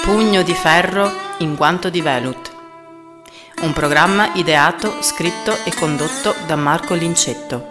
Pugno di ferro in guanto di velut. Un programma ideato, scritto e condotto da Marco Lincetto.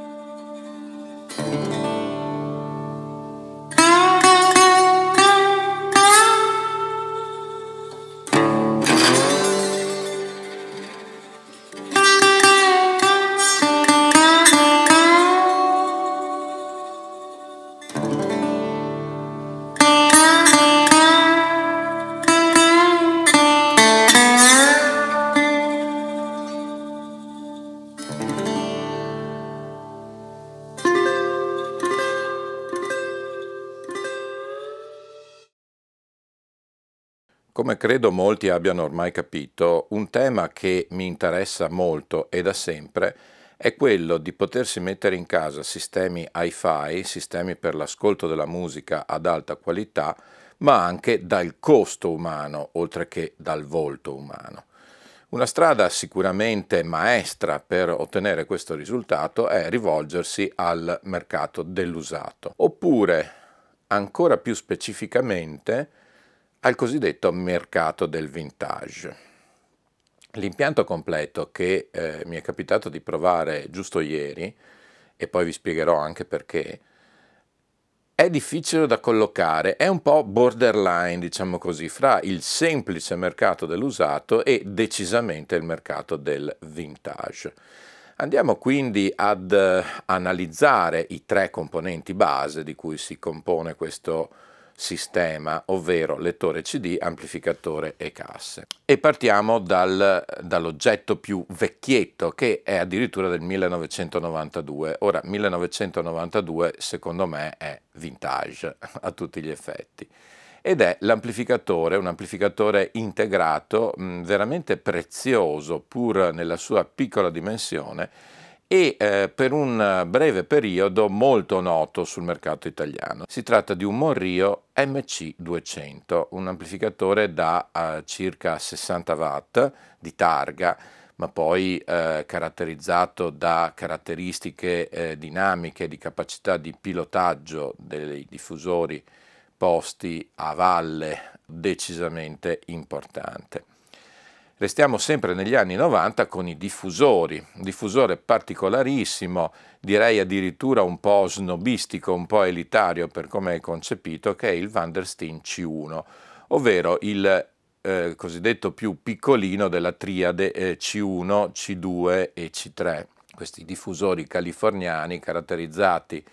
Come credo molti abbiano ormai capito, un tema che mi interessa molto e da sempre è quello di potersi mettere in casa sistemi hi-fi, sistemi per l'ascolto della musica ad alta qualità, ma anche dal costo umano, oltre che dal volto umano. Una strada sicuramente maestra per ottenere questo risultato è rivolgersi al mercato dell'usato, oppure, ancora più specificamente, al cosiddetto mercato del vintage. L'impianto completo che mi è capitato di provare giusto ieri, e poi vi spiegherò anche perché, è difficile da collocare, è un po' borderline, diciamo così, fra il semplice mercato dell'usato e decisamente il mercato del vintage. Andiamo quindi ad analizzare i tre componenti base di cui si compone questo sistema, ovvero lettore CD, amplificatore e casse. E partiamo dall'oggetto più vecchietto, che è addirittura del 1992. Ora, 1992 secondo me è vintage a tutti gli effetti. Ed è l'amplificatore, un amplificatore integrato veramente prezioso pur nella sua piccola dimensione e per un breve periodo molto noto sul mercato italiano. Si tratta di un Monrio MC200, un amplificatore da circa 60 watt di targa, ma poi caratterizzato da caratteristiche dinamiche di capacità di pilotaggio dei diffusori posti a valle decisamente importante. Restiamo sempre negli anni 90 con i diffusori, un diffusore particolarissimo, direi addirittura un po' snobistico, un po' elitario per come è concepito, che è il Van der Steen C1, ovvero il cosiddetto più piccolino della triade C1, C2 e C3. Questi diffusori californiani caratterizzati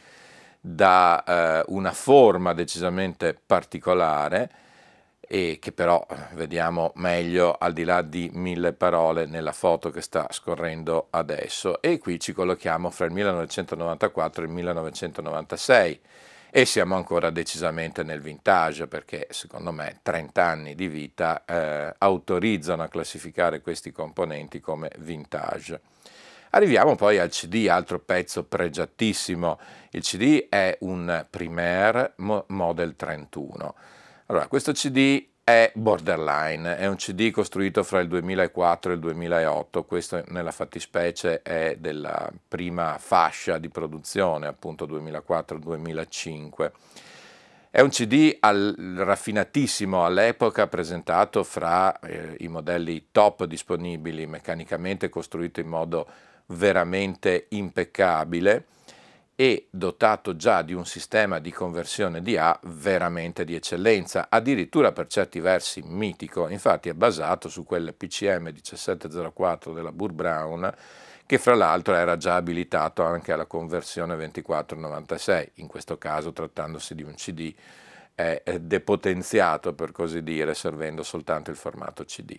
da una forma decisamente particolare, e che però vediamo meglio al di là di mille parole nella foto che sta scorrendo adesso, e qui ci collochiamo fra il 1994 e il 1996 e siamo ancora decisamente nel vintage, perché secondo me 30 anni di vita autorizzano a classificare questi componenti come vintage. Arriviamo poi al CD, altro pezzo pregiatissimo. Il CD è un Premier Model 31. Allora, questo CD è borderline, è un CD costruito fra il 2004 e il 2008, questo nella fattispecie è della prima fascia di produzione, appunto 2004-2005. È un CD raffinatissimo all'epoca, presentato fra i modelli top disponibili, meccanicamente costruito in modo veramente impeccabile e dotato già di un sistema di conversione di A veramente di eccellenza, addirittura per certi versi mitico. Infatti è basato su quel PCM 1704 della Burr Brown, che fra l'altro era già abilitato anche alla conversione 2496, in questo caso trattandosi di un CD è depotenziato, per così dire, servendo soltanto il formato CD.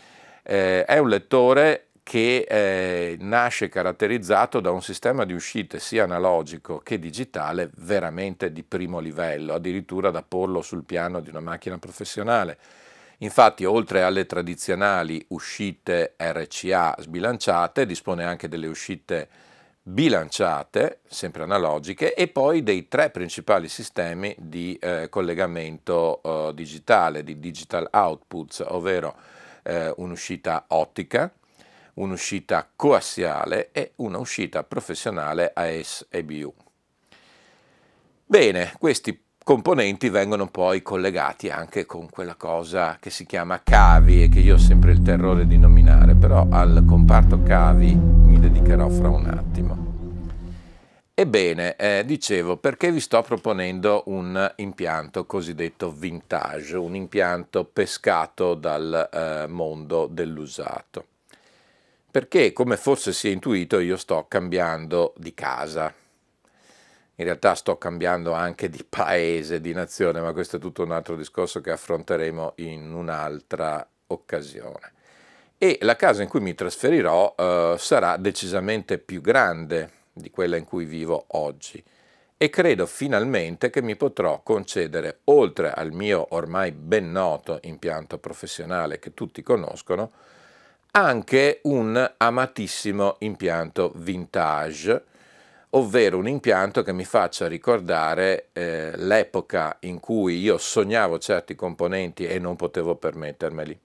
È un lettore che nasce caratterizzato da un sistema di uscite sia analogico che digitale veramente di primo livello, addirittura da porlo sul piano di una macchina professionale. Infatti, oltre alle tradizionali uscite RCA sbilanciate, dispone anche delle uscite bilanciate, sempre analogiche, e poi dei tre principali sistemi di collegamento digitale, di digital outputs, ovvero un'uscita ottica, un'uscita coassiale e un'uscita professionale AES-EBU. Bene, questi componenti vengono poi collegati anche con quella cosa che si chiama cavi e che io ho sempre il terrore di nominare, però al comparto cavi mi dedicherò fra un attimo. Ebbene, dicevo, perché vi sto proponendo un impianto cosiddetto vintage, un impianto pescato dal mondo dell'usato? Perché, come forse si è intuito, io sto cambiando di casa. In realtà sto cambiando anche di paese, di nazione, ma questo è tutto un altro discorso che affronteremo in un'altra occasione. E la casa in cui mi trasferirò sarà decisamente più grande di quella in cui vivo oggi e credo finalmente che mi potrò concedere, oltre al mio ormai ben noto impianto professionale che tutti conoscono, anche un amatissimo impianto vintage, ovvero un impianto che mi faccia ricordare l'epoca in cui io sognavo certi componenti e non potevo permettermeli.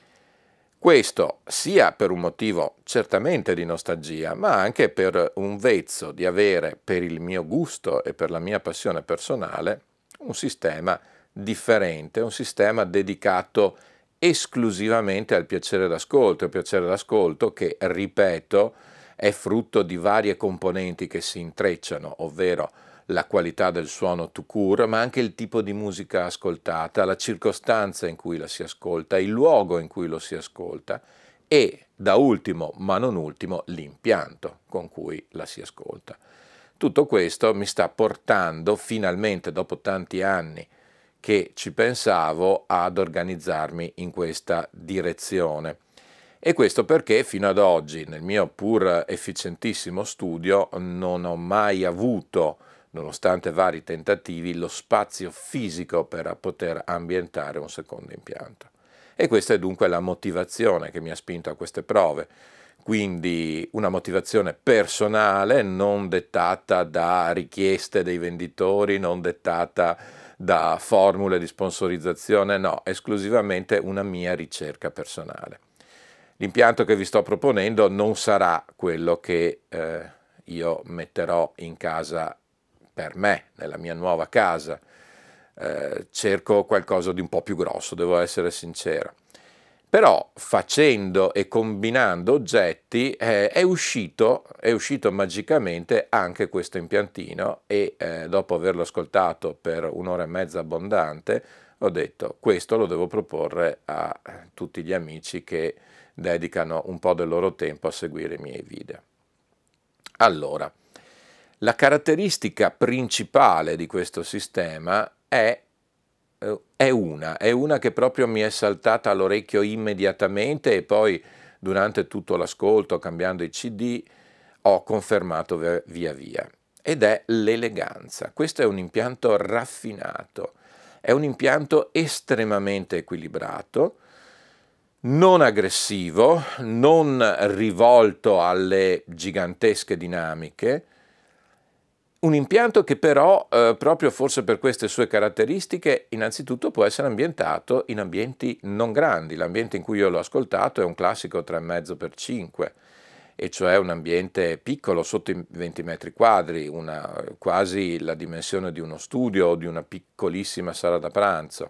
Questo sia per un motivo certamente di nostalgia, ma anche per un vezzo di avere, per il mio gusto e per la mia passione personale, un sistema differente, un sistema dedicato esclusivamente al piacere d'ascolto che, ripeto, è frutto di varie componenti che si intrecciano, ovvero la qualità del suono tout court, ma anche il tipo di musica ascoltata, la circostanza in cui la si ascolta, il luogo in cui lo si ascolta e, da ultimo ma non ultimo, l'impianto con cui la si ascolta. Tutto questo mi sta portando finalmente, dopo tanti anni che ci pensavo, ad organizzarmi in questa direzione. E questo perché fino ad oggi, nel mio pur efficientissimo studio, non ho mai avuto, nonostante vari tentativi, lo spazio fisico per poter ambientare un secondo impianto. E questa è dunque la motivazione che mi ha spinto a queste prove. Quindi una motivazione personale, non dettata da richieste dei venditori, non dettata da formule di sponsorizzazione, no, esclusivamente una mia ricerca personale. L'impianto che vi sto proponendo non sarà quello che io metterò in casa per me, nella mia nuova casa. Cerco qualcosa di un po' più grosso, devo essere sincero. Però facendo e combinando oggetti è uscito magicamente anche questo impiantino e dopo averlo ascoltato per un'ora e mezza abbondante ho detto questo lo devo proporre a tutti gli amici che dedicano un po' del loro tempo a seguire i miei video. Allora, la caratteristica principale di questo sistema è una che proprio mi è saltata all'orecchio immediatamente e poi durante tutto l'ascolto, cambiando i CD, ho confermato via via. Ed è l'eleganza. Questo è un impianto raffinato, è un impianto estremamente equilibrato, non aggressivo, non rivolto alle gigantesche dinamiche, un impianto che però, proprio forse per queste sue caratteristiche, innanzitutto può essere ambientato in ambienti non grandi. L'ambiente in cui io l'ho ascoltato è un classico 3,5x5, e cioè un ambiente piccolo, sotto i 20 metri quadri, quasi la dimensione di uno studio o di una piccolissima sala da pranzo.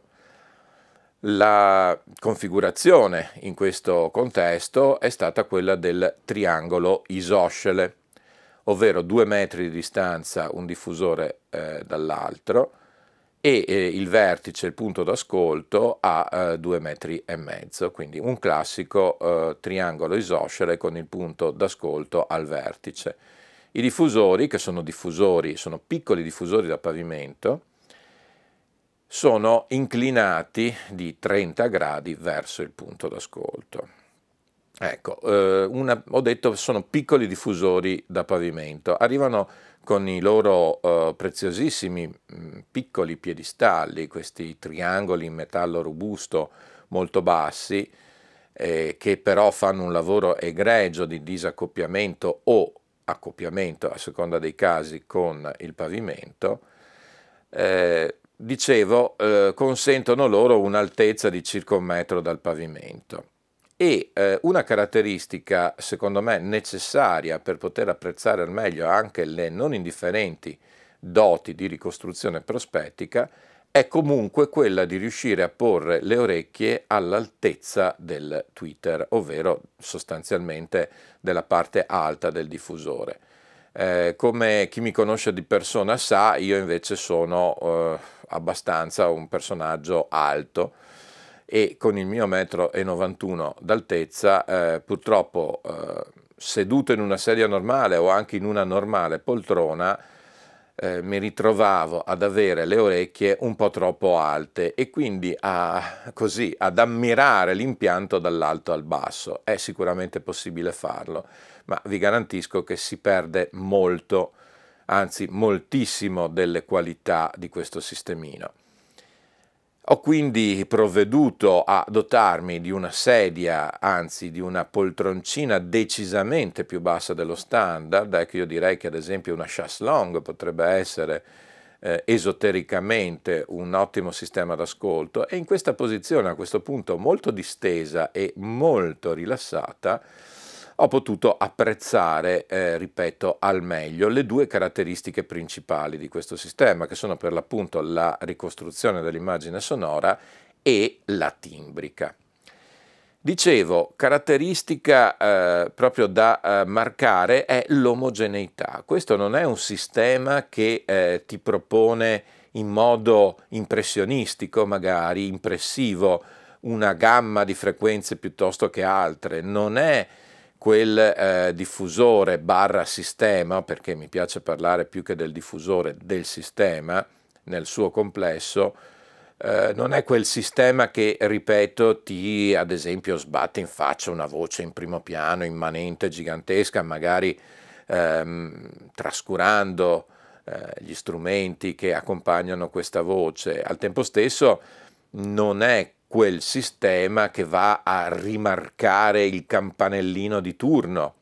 La configurazione in questo contesto è stata quella del triangolo isoscele, ovvero 2 metri di distanza un diffusore dall'altro e il vertice, il punto d'ascolto, a 2,5 metri, quindi un classico triangolo isoscele con il punto d'ascolto al vertice. I diffusori, che sono piccoli diffusori da pavimento, sono inclinati di 30 gradi verso il punto d'ascolto. Ecco, ho detto sono piccoli diffusori da pavimento, arrivano con i loro preziosissimi piccoli piedistalli, questi triangoli in metallo robusto molto bassi, che però fanno un lavoro egregio di disaccoppiamento o accoppiamento a seconda dei casi con il pavimento. Dicevo, consentono loro un'altezza di circa 1 metro dal pavimento. E una caratteristica, secondo me, necessaria per poter apprezzare al meglio anche le non indifferenti doti di ricostruzione prospettica è comunque quella di riuscire a porre le orecchie all'altezza del tweeter, ovvero sostanzialmente della parte alta del diffusore. Come chi mi conosce di persona sa, io invece sono abbastanza un personaggio alto e con il mio 1,91 m d'altezza, purtroppo seduto in una sedia normale o anche in una normale poltrona, mi ritrovavo ad avere le orecchie un po' troppo alte e quindi ad ammirare l'impianto dall'alto al basso. È sicuramente possibile farlo, ma vi garantisco che si perde molto, anzi moltissimo delle qualità di questo sistemino. Ho quindi provveduto a dotarmi di una sedia, anzi di una poltroncina decisamente più bassa dello standard, ecco, io direi che ad esempio una chaise longue potrebbe essere esotericamente un ottimo sistema d'ascolto, e in questa posizione, a questo punto molto distesa e molto rilassata, ho potuto apprezzare, ripeto, al meglio le due caratteristiche principali di questo sistema, che sono per l'appunto la ricostruzione dell'immagine sonora e la timbrica. Dicevo, caratteristica proprio da marcare è l'omogeneità. Questo non è un sistema che ti propone in modo impressionistico, magari impressivo, una gamma di frequenze piuttosto che altre, non è quel diffusore barra sistema, perché mi piace parlare più che del diffusore, del sistema nel suo complesso, non è quel sistema che, ripeto, ti ad esempio sbatte in faccia una voce in primo piano, immanente, gigantesca, magari trascurando gli strumenti che accompagnano questa voce. Al tempo stesso non è quel sistema che va a rimarcare il campanellino di turno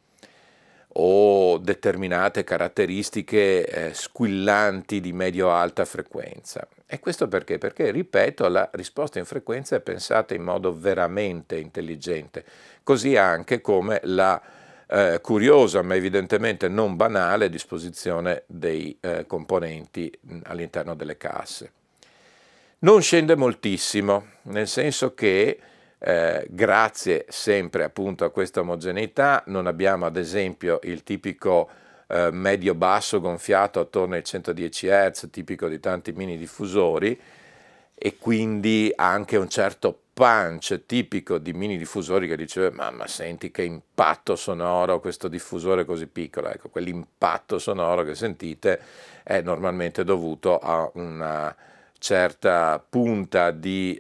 o determinate caratteristiche squillanti di medio-alta frequenza. E questo perché? Perché, ripeto, la risposta in frequenza è pensata in modo veramente intelligente, così anche come la curiosa ma evidentemente non banale disposizione dei componenti all'interno delle casse. Non scende moltissimo, nel senso che grazie sempre appunto a questa omogeneità non abbiamo ad esempio il tipico medio-basso gonfiato attorno ai 110 Hz, tipico di tanti mini diffusori, e quindi anche un certo punch tipico di mini diffusori che dice ma senti che impatto sonoro questo diffusore così piccolo. Ecco, quell'impatto sonoro che sentite è normalmente dovuto a una certa punta di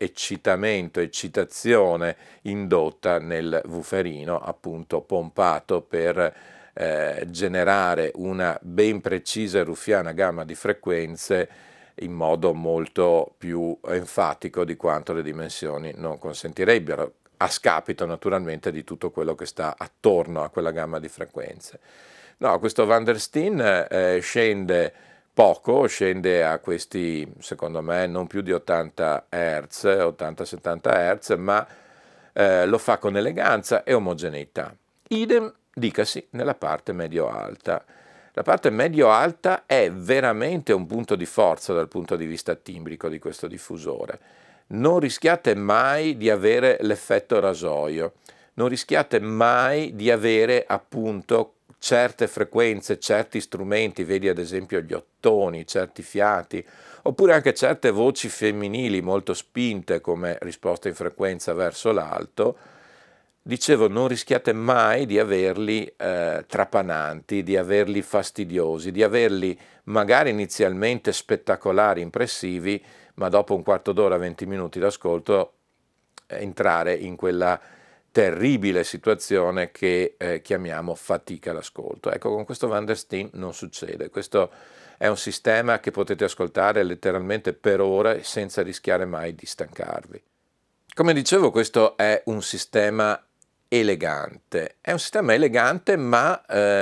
eccitazione indotta nel wooferino, appunto pompato per generare una ben precisa e ruffiana gamma di frequenze in modo molto più enfatico di quanto le dimensioni non consentirebbero, a scapito naturalmente di tutto quello che sta attorno a quella gamma di frequenze. No, questo Van der Steen scende poco, scende a questi, secondo me, non più di 80 Hz, 80-70 Hz, ma lo fa con eleganza e omogeneità. Idem, dicasi, nella parte medio-alta. La parte medio-alta è veramente un punto di forza dal punto di vista timbrico di questo diffusore. Non rischiate mai di avere l'effetto rasoio, non rischiate mai di avere appunto certe frequenze, certi strumenti, vedi ad esempio gli ottoni, certi fiati, oppure anche certe voci femminili molto spinte come risposta in frequenza verso l'alto. Dicevo, non rischiate mai di averli trapananti, di averli fastidiosi, di averli magari inizialmente spettacolari, impressivi, ma dopo un quarto d'ora, 20 minuti d'ascolto, entrare in quella terribile situazione che chiamiamo fatica d'ascolto. Ecco, con questo Van der Steen non succede. Questo è un sistema che potete ascoltare letteralmente per ore senza rischiare mai di stancarvi. Come dicevo, questo è un sistema elegante. È un sistema elegante, ma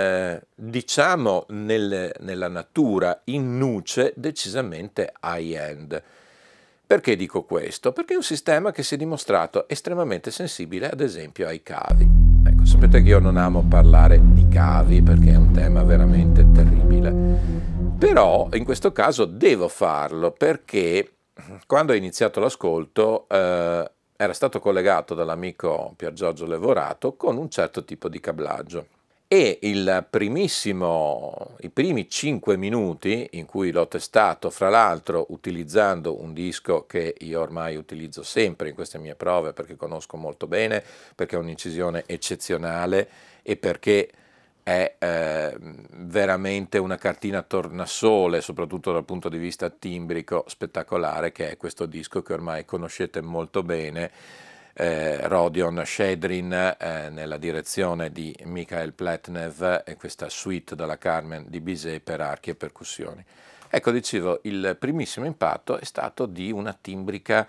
diciamo nella natura, in nuce, decisamente high-end. Perché dico questo? Perché è un sistema che si è dimostrato estremamente sensibile, ad esempio, ai cavi. Ecco, sapete che io non amo parlare di cavi perché è un tema veramente terribile. Però in questo caso devo farlo perché quando ho iniziato l'ascolto era stato collegato dall'amico Pier Giorgio Levorato con un certo tipo di cablaggio. E i primi 5 minuti in cui l'ho testato, fra l'altro utilizzando un disco che io ormai utilizzo sempre in queste mie prove perché conosco molto bene, perché ha un'incisione eccezionale e perché è veramente una cartina tornasole, soprattutto dal punto di vista timbrico, spettacolare, che è questo disco che ormai conoscete molto bene, Rodion Shedrin nella direzione di Mikhail Pletnev e questa suite dalla Carmen di Bizet per archi e percussioni. Ecco, dicevo, il primissimo impatto è stato di una timbrica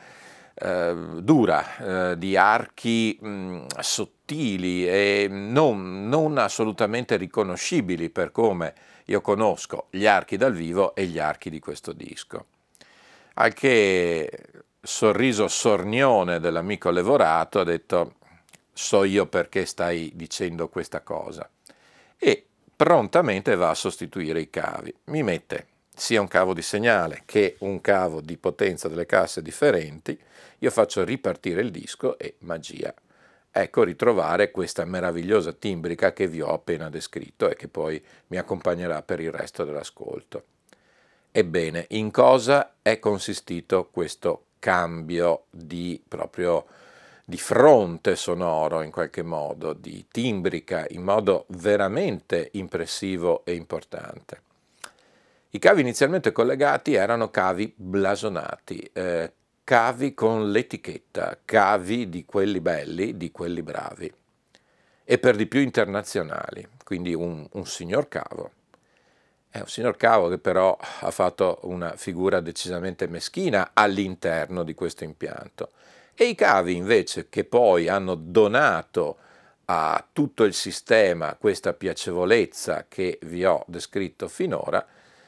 dura, di archi sottili e non assolutamente riconoscibili per come io conosco gli archi dal vivo e gli archi di questo disco. Al che sorriso sornione dell'amico Levorato ha detto: so io perché stai dicendo questa cosa, e prontamente va a sostituire i cavi. Mi mette sia un cavo di segnale che un cavo di potenza delle casse differenti, io faccio ripartire il disco e magia. Ecco ritrovare questa meravigliosa timbrica che vi ho appena descritto e che poi mi accompagnerà per il resto dell'ascolto. Ebbene, in cosa è consistito questo cambio proprio di fronte sonoro in qualche modo, di timbrica in modo veramente impressivo e importante? I cavi inizialmente collegati erano cavi blasonati, cavi con l'etichetta, cavi di quelli belli, di quelli bravi, e per di più internazionali, quindi un signor cavo. È un signor cavo che però ha fatto una figura decisamente meschina all'interno di questo impianto. E i cavi invece che poi hanno donato a tutto il sistema questa piacevolezza che vi ho descritto finora,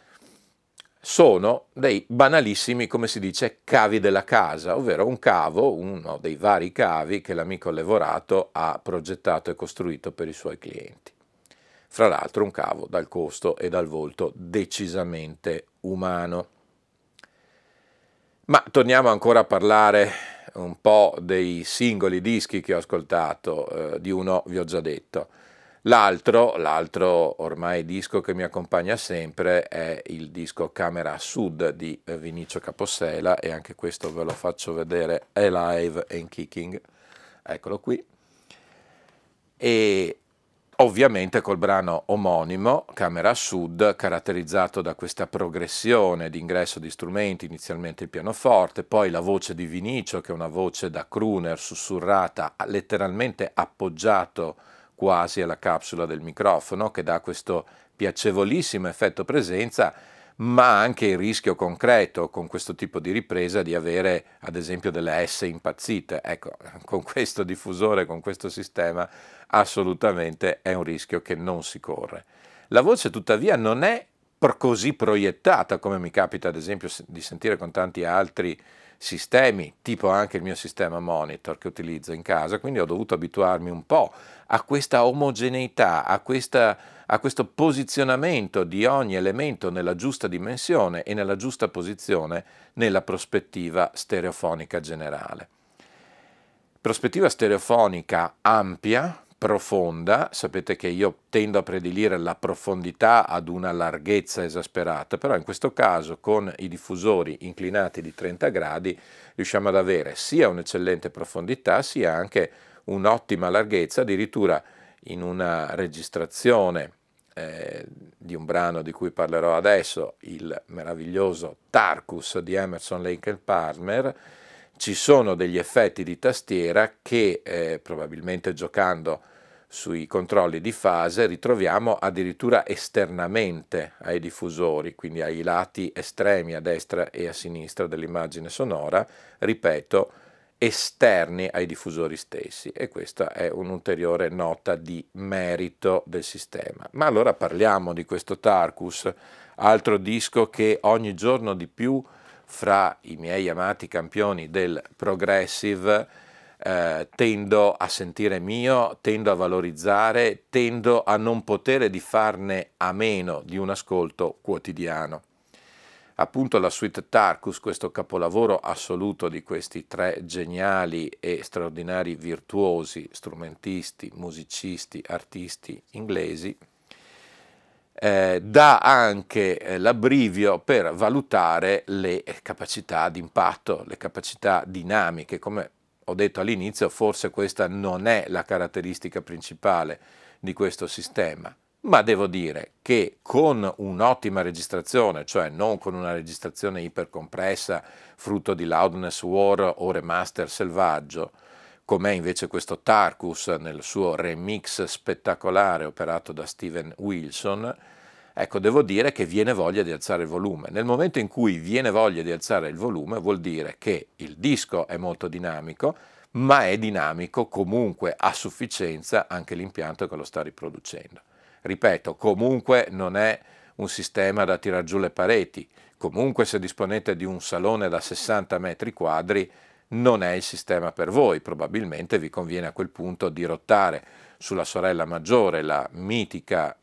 sono dei banalissimi, come si dice, cavi della casa, ovvero un cavo, uno dei vari cavi che l'amico Levorato ha progettato e costruito per i suoi clienti. Fra l'altro un cavo dal costo e dal volto decisamente umano. Ma torniamo ancora a parlare un po' dei singoli dischi che ho ascoltato, di uno vi ho già detto. L'altro ormai disco che mi accompagna sempre è il disco Camera Sud di Vinicio Capossela, e anche questo ve lo faccio vedere, è live and kicking, eccolo qui. E ovviamente col brano omonimo, Camera Sud, caratterizzato da questa progressione di ingresso di strumenti, inizialmente il pianoforte, poi la voce di Vinicio, che è una voce da crooner sussurrata, letteralmente appoggiato quasi alla capsula del microfono, che dà questo piacevolissimo effetto presenza, ma anche il rischio concreto con questo tipo di ripresa di avere ad esempio delle S impazzite. Ecco, con questo diffusore, con questo sistema, assolutamente è un rischio che non si corre. La voce tuttavia non è così proiettata come mi capita ad esempio di sentire con tanti altri sistemi, tipo anche il mio sistema monitor che utilizzo in casa, quindi ho dovuto abituarmi un po' a questa omogeneità, a questo posizionamento di ogni elemento nella giusta dimensione e nella giusta posizione nella prospettiva stereofonica generale. Prospettiva stereofonica ampia, profonda, sapete che io tendo a predilire la profondità ad una larghezza esasperata, però in questo caso con i diffusori inclinati di 30 gradi riusciamo ad avere sia un'eccellente profondità sia anche un'ottima larghezza. Addirittura in una registrazione di un brano di cui parlerò adesso, il meraviglioso Tarkus di Emerson, Lake and Palmer, ci sono degli effetti di tastiera che probabilmente giocando sui controlli di fase ritroviamo addirittura esternamente ai diffusori, quindi ai lati estremi a destra e a sinistra dell'immagine sonora, ripeto, esterni ai diffusori stessi, e questa è un'ulteriore nota di merito del sistema. Ma allora parliamo di questo Tarkus, altro disco che ogni giorno di più fra i miei amati campioni del progressive tendo a sentire mio, tendo a valorizzare, tendo a non potere di farne a meno di un ascolto quotidiano. Appunto la suite Tarkus, questo capolavoro assoluto di questi tre geniali e straordinari virtuosi, strumentisti, musicisti, artisti inglesi, dà anche l'abbrivio per valutare le capacità di impatto, le capacità dinamiche. Come ho detto all'inizio, forse questa non è la caratteristica principale di questo sistema, ma devo dire che con un'ottima registrazione, cioè non con una registrazione ipercompressa, frutto di loudness war o remaster selvaggio, com'è invece questo Tarkus nel suo remix spettacolare operato da Steven Wilson, ecco, devo dire che viene voglia di alzare il volume. Nel momento in cui viene voglia di alzare il volume vuol dire che il disco è molto dinamico, ma è dinamico comunque a sufficienza anche l'impianto che lo sta riproducendo. Ripeto, comunque non è un sistema da tirar giù le pareti, comunque se disponete di un salone da 60 metri quadri non è il sistema per voi, probabilmente vi conviene a quel punto dirottare sulla sorella maggiore, la mitica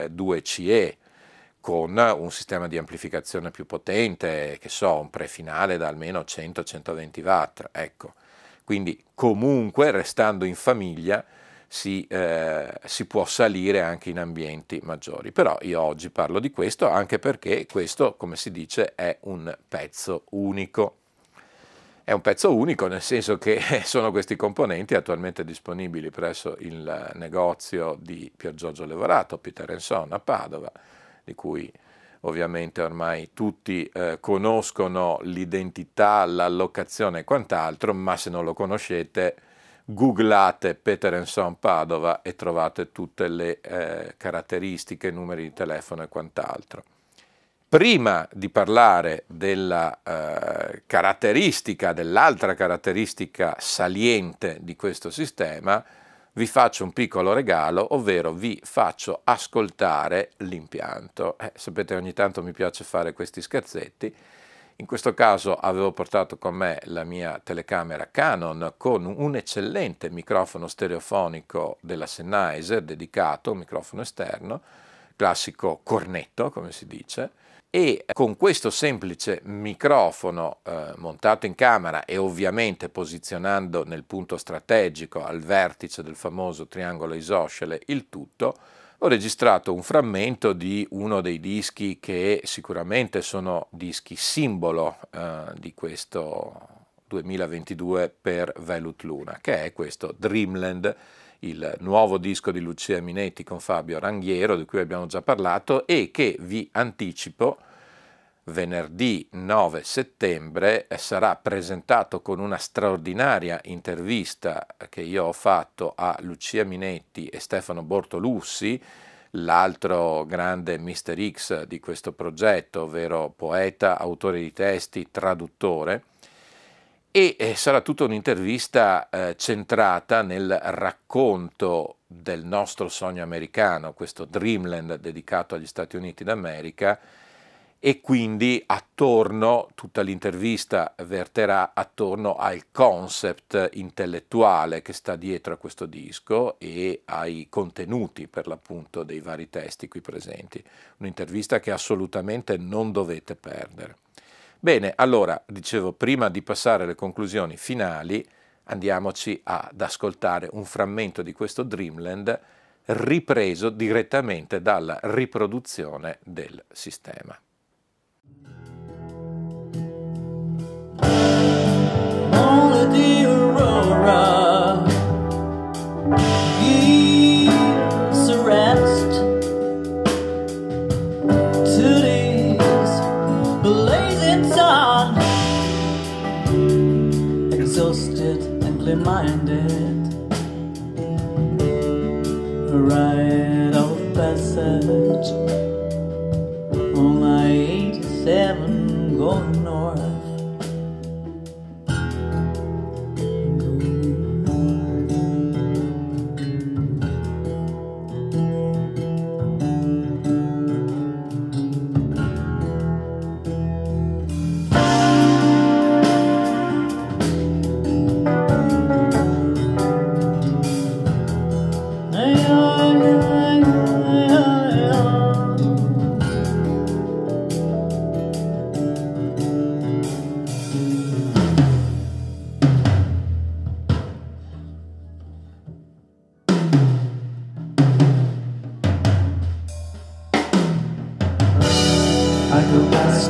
2CE, con un sistema di amplificazione più potente, che so, un prefinale da almeno 100-120 watt, ecco. Quindi comunque, restando in famiglia, si può salire anche in ambienti maggiori. Però io oggi parlo di questo anche perché questo, come si dice, è un pezzo unico. È un pezzo unico nel senso che sono questi componenti attualmente disponibili presso il negozio di Pier Giorgio Lavorato, Peter & Son a Padova, di cui ovviamente ormai tutti conoscono l'identità, l'allocazione e quant'altro, ma se non lo conoscete googlate Peter & Son Padova e trovate tutte le caratteristiche, numeri di telefono e quant'altro. Prima di parlare della caratteristica, dell'altra caratteristica saliente di questo sistema, vi faccio un piccolo regalo, ovvero vi faccio ascoltare l'impianto. Sapete, ogni tanto mi piace fare questi scherzetti. In questo caso avevo portato con me la mia telecamera Canon con un eccellente microfono stereofonico della Sennheiser dedicato, un microfono esterno, classico cornetto come si dice, e con questo semplice microfono montato in camera e ovviamente posizionando nel punto strategico al vertice del famoso triangolo isoscele il tutto, ho registrato un frammento di uno dei dischi che sicuramente sono dischi simbolo di questo 2022 per Velut Luna, che è questo Dreamland, il nuovo disco di Lucia Minetti con Fabio Ranghiero, di cui abbiamo già parlato e che vi anticipo venerdì 9 settembre sarà presentato con una straordinaria intervista che io ho fatto a Lucia Minetti e Stefano Bortolussi, l'altro grande Mr. X di questo progetto, ovvero poeta, autore di testi, traduttore, e sarà tutta un'intervista centrata nel racconto del nostro sogno americano, questo Dreamland dedicato agli Stati Uniti d'America, e quindi attorno, tutta l'intervista verterà attorno al concept intellettuale che sta dietro a questo disco e ai contenuti per l'appunto dei vari testi qui presenti. Un'intervista che assolutamente non dovete perdere. Bene, allora, dicevo, prima di passare alle conclusioni finali, andiamoci ad ascoltare un frammento di questo Dreamland ripreso direttamente dalla riproduzione del sistema. Only the aurora gives a rest to these blazing sun, exhausted and clear-minded, a rite of passage on my 87 going north.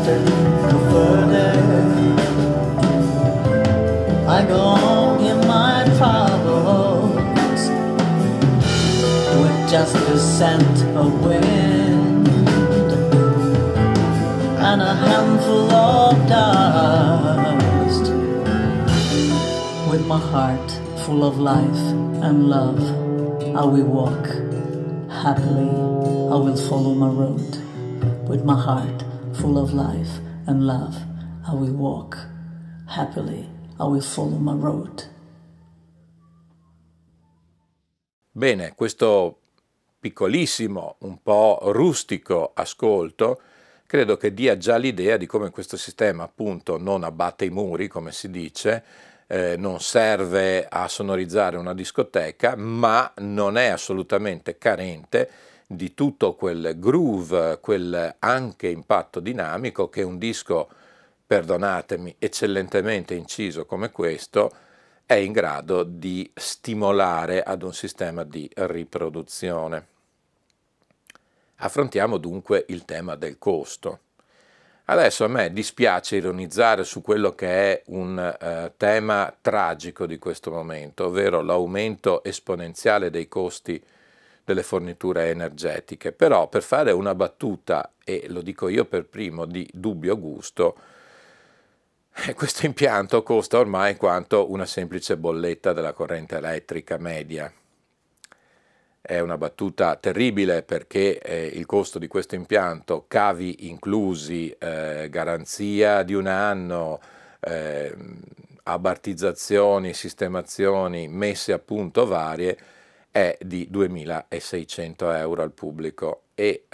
faster, go further. I go on in my travels with just a scent of wind and a handful of dust. With my heart full of life and love, I will walk happily, I will follow my road. With my heart full of life and love, I will walk happily, I will follow my road. Bene, questo piccolissimo, un po' rustico ascolto credo che dia già l'idea di come questo sistema appunto non abbatte i muri, come si dice, non serve a sonorizzare una discoteca, ma non è assolutamente carente di tutto quel groove, quel anche impatto dinamico che un disco, perdonatemi, eccellentemente inciso come questo è in grado di stimolare ad un sistema di riproduzione. Affrontiamo dunque il tema del costo. Adesso a me dispiace ironizzare su quello che è un tema tragico di questo momento, ovvero l'aumento esponenziale dei costi delle forniture energetiche, però per fare una battuta, e lo dico io per primo, di dubbio gusto, questo impianto costa ormai quanto una semplice bolletta della corrente elettrica media. È una battuta terribile perché il costo di questo impianto, cavi inclusi, garanzia di un anno, abartizzazioni, sistemazioni messe a punto varie, è di 2.600 euro al pubblico e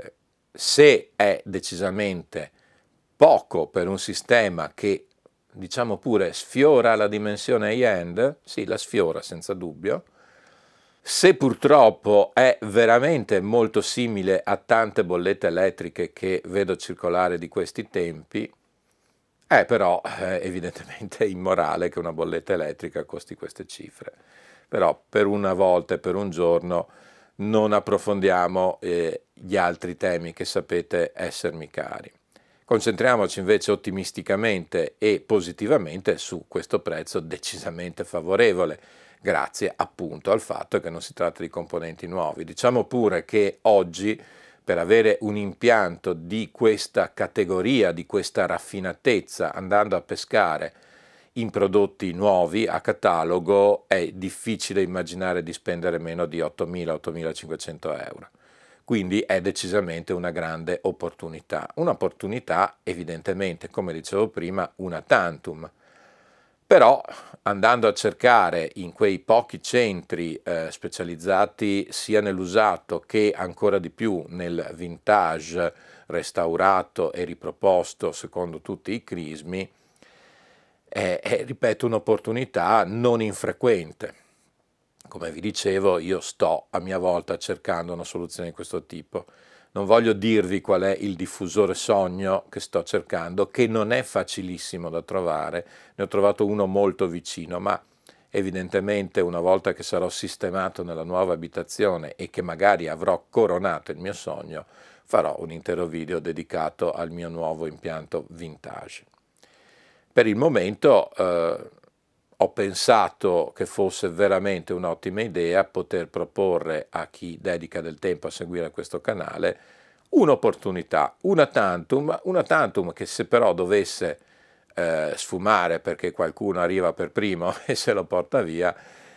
se è decisamente poco per un sistema che, diciamo pure, sfiora la dimensione high-end, sì, la sfiora senza dubbio. Se purtroppo è veramente molto simile a tante bollette elettriche che vedo circolare di questi tempi, è però evidentemente immorale che una bolletta elettrica costi queste cifre. Però per una volta e per un giorno non approfondiamo gli altri temi che sapete essermi cari. Concentriamoci invece ottimisticamente e positivamente su questo prezzo decisamente favorevole, grazie appunto al fatto che non si tratta di componenti nuovi. Diciamo pure che oggi per avere un impianto di questa categoria, di questa raffinatezza, andando a pescare in prodotti nuovi a catalogo, è difficile immaginare di spendere meno di 8.000-8.500 euro. Quindi è decisamente una grande opportunità. Un'opportunità evidentemente, come dicevo prima, una tantum. Però andando a cercare in quei pochi centri specializzati sia nell'usato che ancora di più nel vintage restaurato e riproposto secondo tutti i crismi, è, ripeto, un'opportunità non infrequente. Come vi dicevo, io sto a mia volta cercando una soluzione di questo tipo. Non voglio dirvi qual è il diffusore sogno che sto cercando, che non è facilissimo da trovare, ne ho trovato uno molto vicino, ma evidentemente una volta che sarò sistemato nella nuova abitazione e che magari avrò coronato il mio sogno, farò un intero video dedicato al mio nuovo impianto vintage. Per il momento ho pensato che fosse veramente un'ottima idea poter proporre a chi dedica del tempo a seguire questo canale un'opportunità, una tantum che se però dovesse sfumare perché qualcuno arriva per primo e se lo porta via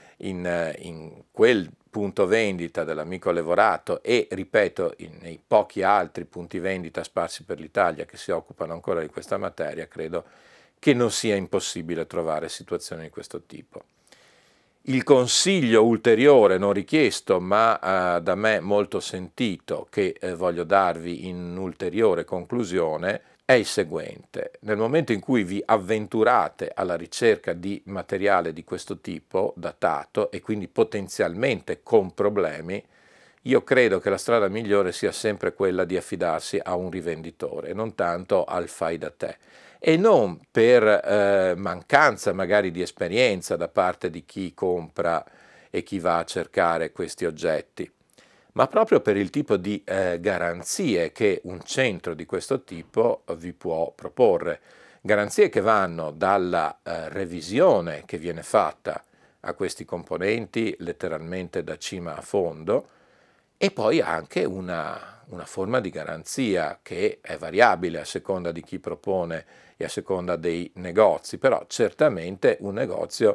in quel punto vendita dell'amico Levorato e, ripeto, nei pochi altri punti vendita sparsi per l'Italia che si occupano ancora di questa materia, credo che non sia impossibile trovare situazioni di questo tipo. Il consiglio ulteriore, non richiesto, ma da me molto sentito, che voglio darvi in ulteriore conclusione, è il seguente. Nel momento in cui vi avventurate alla ricerca di materiale di questo tipo, datato, e quindi potenzialmente con problemi, io credo che la strada migliore sia sempre quella di affidarsi a un rivenditore, non tanto al fai da te. E non per mancanza magari di esperienza da parte di chi compra e chi va a cercare questi oggetti, ma proprio per il tipo di garanzie che un centro di questo tipo vi può proporre. Garanzie che vanno dalla revisione che viene fatta a questi componenti letteralmente da cima a fondo, e poi anche una forma di garanzia che è variabile a seconda di chi propone e a seconda dei negozi, però certamente un negozio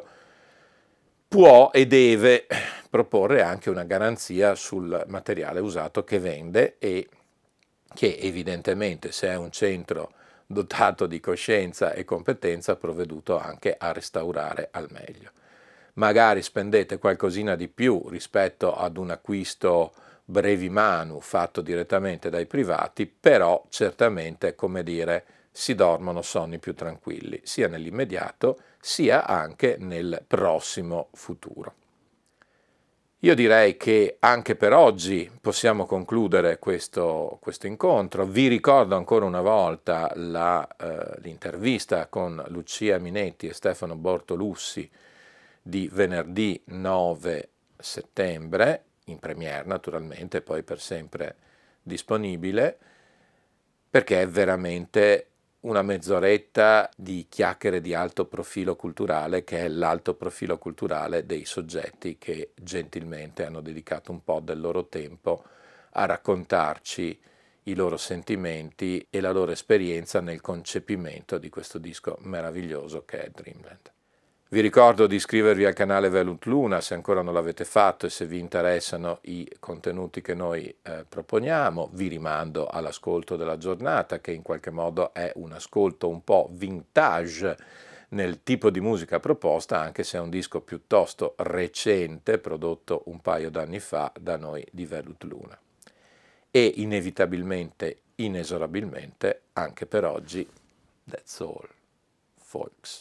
può e deve proporre anche una garanzia sul materiale usato che vende, e che evidentemente, se è un centro dotato di coscienza e competenza, ha provveduto anche a restaurare al meglio. Magari spendete qualcosina di più rispetto ad un acquisto brevi manu fatto direttamente dai privati, però certamente, come dire, si dormono sonni più tranquilli, sia nell'immediato sia anche nel prossimo futuro. Io direi che anche per oggi possiamo concludere questo incontro. Vi ricordo ancora una volta l'intervista con Lucia Minetti e Stefano Bortolussi di venerdì 9 settembre, in premiere naturalmente, poi per sempre disponibile, perché è veramente una mezz'oretta di chiacchiere di alto profilo culturale, che è l'alto profilo culturale dei soggetti che gentilmente hanno dedicato un po' del loro tempo a raccontarci i loro sentimenti e la loro esperienza nel concepimento di questo disco meraviglioso che è Dreamland. Vi ricordo di iscrivervi al canale Velut Luna se ancora non l'avete fatto e se vi interessano i contenuti che noi proponiamo. Vi rimando all'ascolto della giornata, che in qualche modo è un ascolto un po' vintage nel tipo di musica proposta, anche se è un disco piuttosto recente, prodotto un paio d'anni fa da noi di Velut Luna. E inevitabilmente, inesorabilmente, anche per oggi, that's all, folks.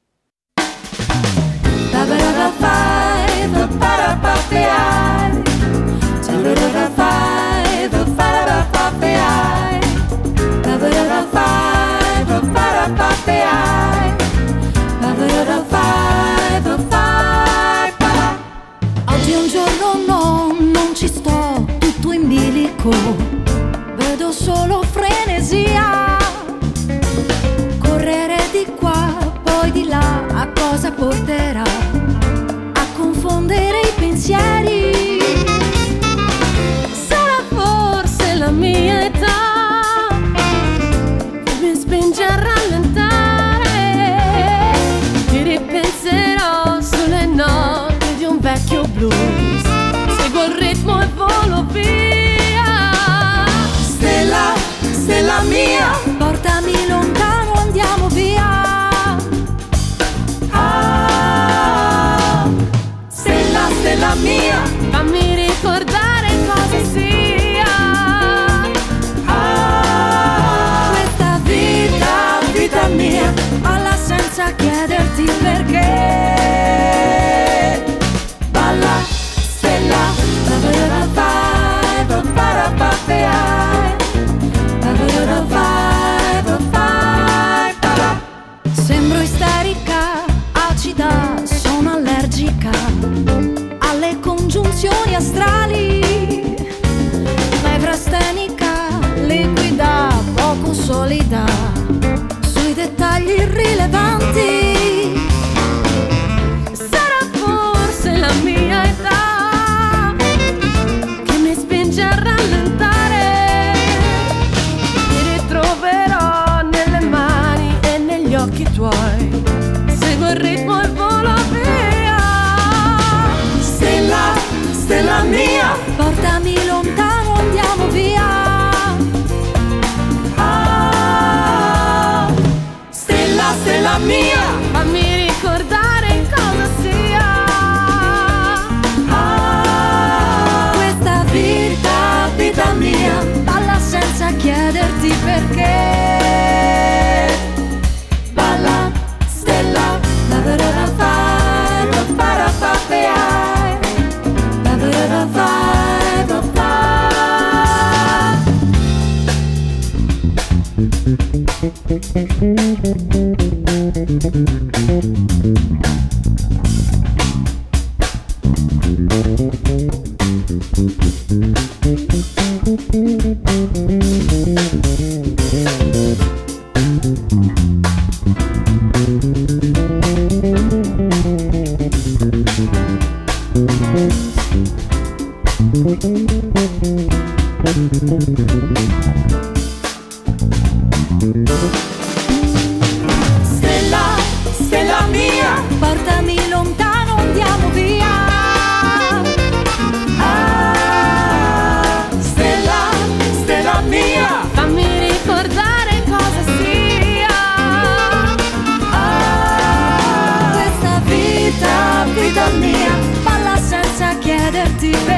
Oggi è un giorno non ci sto tutto in bilico, vedo solo frenesia, correre di qua poi di là, a cosa porterà? A confondere i pensieri. Sarà forse la mia età che mi spinge a rallentare, ti ripenserò sulle note di un vecchio blues, seguo il ritmo e volo via. Stella, stella mia, portami lontano, andiamo via. Stella mia, fammi ricordare cosa sia. Questa vita, vita mia, balla senza chiederti perché. Balla, stella, sembro isterica, acida, sono allergica alle congiunzioni astrali, nevrastenica, liquida, poco solida, sui dettagli irrilevanti. ti